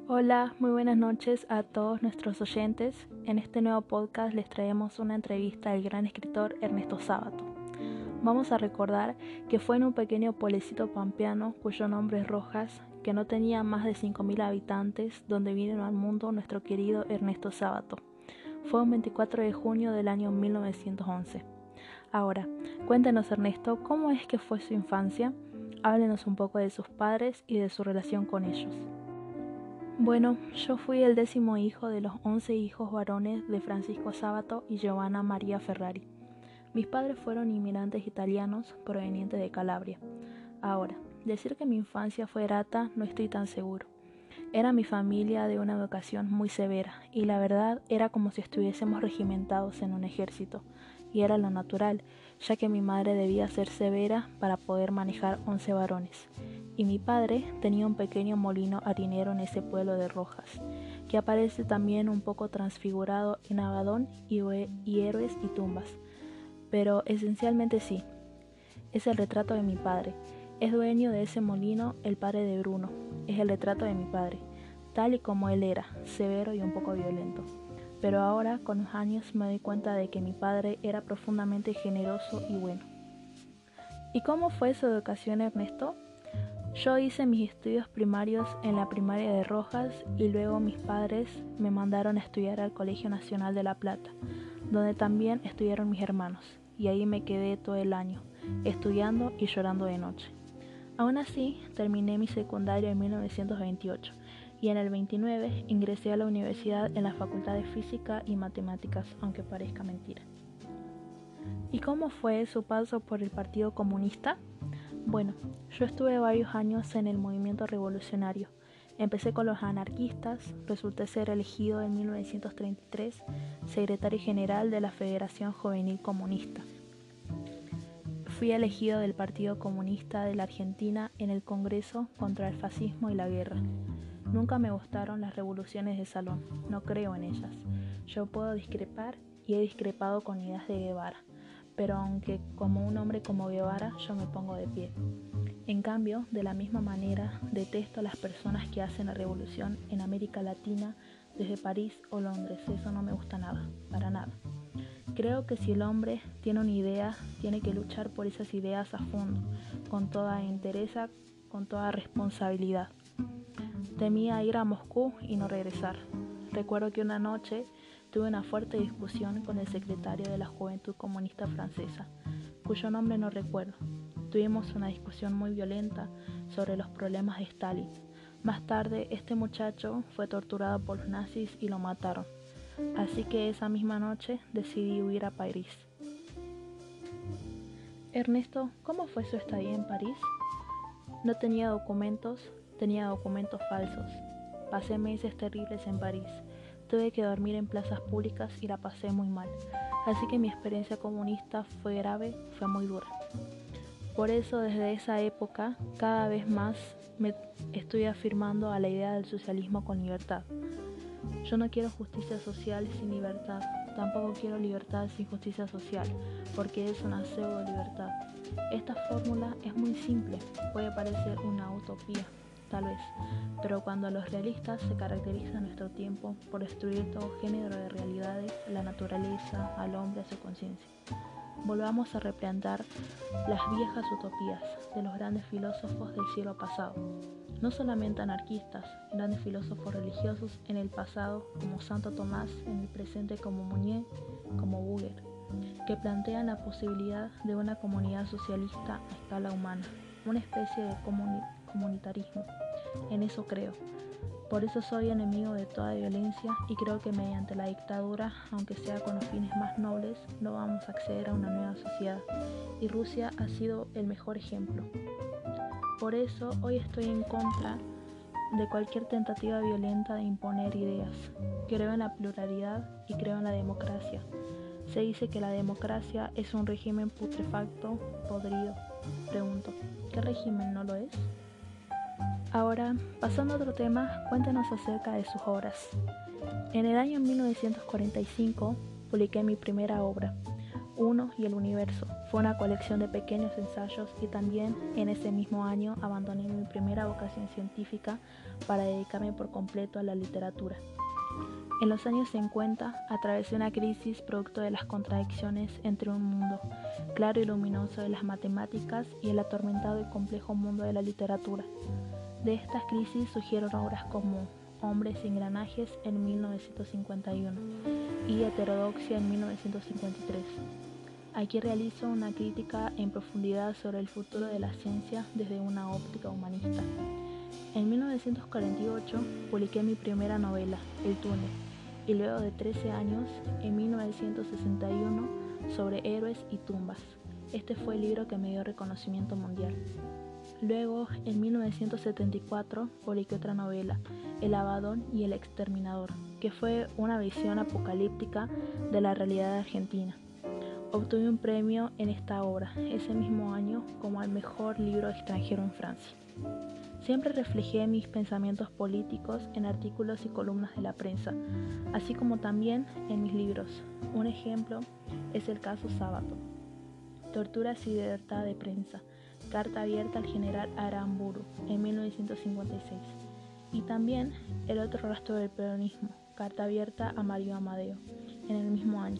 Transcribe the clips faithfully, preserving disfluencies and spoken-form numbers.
Hola, muy buenas noches a todos nuestros oyentes. En este nuevo podcast les traemos una entrevista al gran escritor Ernesto Sábato. Vamos a recordar que fue en un pequeño pueblecito pampeano cuyo nombre es Rojas, que no tenía más de cinco mil habitantes, donde vino al mundo nuestro querido Ernesto Sábato. Fue un veinticuatro de junio del año mil novecientos once. Ahora, cuéntenos Ernesto, ¿cómo es que fue su infancia? Háblenos un poco de sus padres y de su relación con ellos. Bueno, yo fui el décimo hijo de los once hijos varones de Francisco Sábato y Giovanna María Ferrari. Mis padres fueron inmigrantes italianos provenientes de Calabria. Ahora, decir que mi infancia fue grata no estoy tan seguro. Era mi familia de una educación muy severa y la verdad era como si estuviésemos regimentados en un ejército, y era lo natural, ya que mi madre debía ser severa para poder manejar once varones, y mi padre tenía un pequeño molino harinero en ese pueblo de Rojas, que aparece también un poco transfigurado en Abadón y, y Héroes y Tumbas, pero esencialmente sí, es el retrato de mi padre. Es dueño de ese molino el padre de Bruno, es el retrato de mi padre, tal y como él era, severo y un poco violento. Pero ahora, con los años, me doy cuenta de que mi padre era profundamente generoso y bueno. ¿Y cómo fue su educación, Ernesto? Yo hice mis estudios primarios en la primaria de Rojas y luego mis padres me mandaron a estudiar al Colegio Nacional de La Plata, donde también estudiaron mis hermanos, y ahí me quedé todo el año, estudiando y llorando de noche. Aún así, terminé mi secundario en mil novecientos veintiocho y en el veintinueve ingresé a la universidad en la Facultad de Física y Matemáticas, aunque parezca mentira. ¿Y cómo fue su paso por el Partido Comunista? Bueno, yo estuve varios años en el movimiento revolucionario. Empecé con los anarquistas, resulté ser elegido en mil novecientos treinta y tres secretario general de la Federación Juvenil Comunista. Fui elegido del Partido Comunista de la Argentina en el Congreso contra el fascismo y la guerra. Nunca me gustaron las revoluciones de salón, no creo en ellas. Yo puedo discrepar y he discrepado con ideas de Guevara, pero aunque como un hombre como Guevara yo me pongo de pie. En cambio, de la misma manera, detesto a las personas que hacen la revolución en América Latina desde París o Londres. Eso no me gusta nada, para nada. Creo que si el hombre tiene una idea, tiene que luchar por esas ideas a fondo, con toda entereza, con toda responsabilidad. Temía ir a Moscú y no regresar. Recuerdo que una noche tuve una fuerte discusión con el secretario de la Juventud Comunista Francesa, cuyo nombre no recuerdo. Tuvimos una discusión muy violenta sobre los problemas de Stalin. Más tarde, este muchacho fue torturado por los nazis y lo mataron. Así que esa misma noche decidí huir a París. Ernesto, ¿cómo fue su estadía en París? No tenía documentos, tenía documentos falsos. Pasé meses terribles en París. Tuve que dormir en plazas públicas y la pasé muy mal. Así que mi experiencia comunista fue grave, fue muy dura. Por eso desde esa época cada vez más me estoy afirmando a la idea del socialismo con libertad. Yo no quiero justicia social sin libertad, tampoco quiero libertad sin justicia social, porque es una pseudo libertad. Esta fórmula es muy simple, puede parecer una utopía, tal vez, pero cuando los realistas se caracterizan en nuestro tiempo por destruir todo género de realidades, la naturaleza, al hombre, a su conciencia. Volvamos a replantear las viejas utopías de los grandes filósofos del siglo pasado. No solamente anarquistas, grandes filósofos religiosos en el pasado como Santo Tomás, en el presente como Mounier, como Buber, que plantean la posibilidad de una comunidad socialista a escala humana, una especie de comuni- comunitarismo. En eso creo. Por eso soy enemigo de toda violencia y creo que mediante la dictadura, aunque sea con los fines más nobles, no vamos a acceder a una nueva sociedad. Y Rusia ha sido el mejor ejemplo. Por eso hoy estoy en contra de cualquier tentativa violenta de imponer ideas. Creo en la pluralidad y creo en la democracia. Se dice que la democracia es un régimen putrefacto, podrido. Pregunto, ¿qué régimen no lo es? Ahora, pasando a otro tema, cuéntenos acerca de sus obras. En el año mil novecientos cuarenta y cinco publiqué mi primera obra, Uno y el universo. Fue una colección de pequeños ensayos y también en ese mismo año abandoné mi primera vocación científica para dedicarme por completo a la literatura. En los años cincuenta atravesé una crisis producto de las contradicciones entre un mundo claro y luminoso de las matemáticas y el atormentado y complejo mundo de la literatura. De estas crisis surgieron obras como Hombres y engranajes en mil novecientos cincuenta y uno y Heterodoxia en mil novecientos cincuenta y tres. Aquí realizo una crítica en profundidad sobre el futuro de la ciencia desde una óptica humanista. En mil novecientos cuarenta y ocho publiqué mi primera novela, El túnel, y luego de trece años, en mil novecientos sesenta y uno, sobre héroes y tumbas. Este fue el libro que me dio reconocimiento mundial. Luego, en mil novecientos setenta y cuatro, publiqué otra novela, El Abadón y el exterminador, que fue una visión apocalíptica de la realidad argentina. Obtuve un premio en esta obra, ese mismo año, como el mejor libro extranjero en Francia. Siempre reflejé mis pensamientos políticos en artículos y columnas de la prensa, así como también en mis libros. Un ejemplo es el caso Sábato, Torturas y libertad de prensa, carta abierta al general Aramburu en mil novecientos cincuenta y seis. Y también El otro rastro del peronismo, carta abierta a Mario Amadeo, en el mismo año.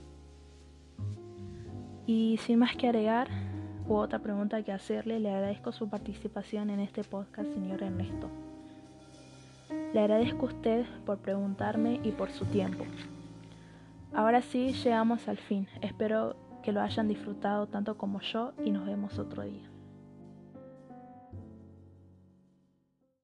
Y sin más que agregar, u otra pregunta que hacerle, le agradezco su participación en este podcast, señor Ernesto. Le agradezco a usted por preguntarme y por su tiempo. Ahora sí, llegamos al fin. Espero que lo hayan disfrutado tanto como yo y nos vemos otro día.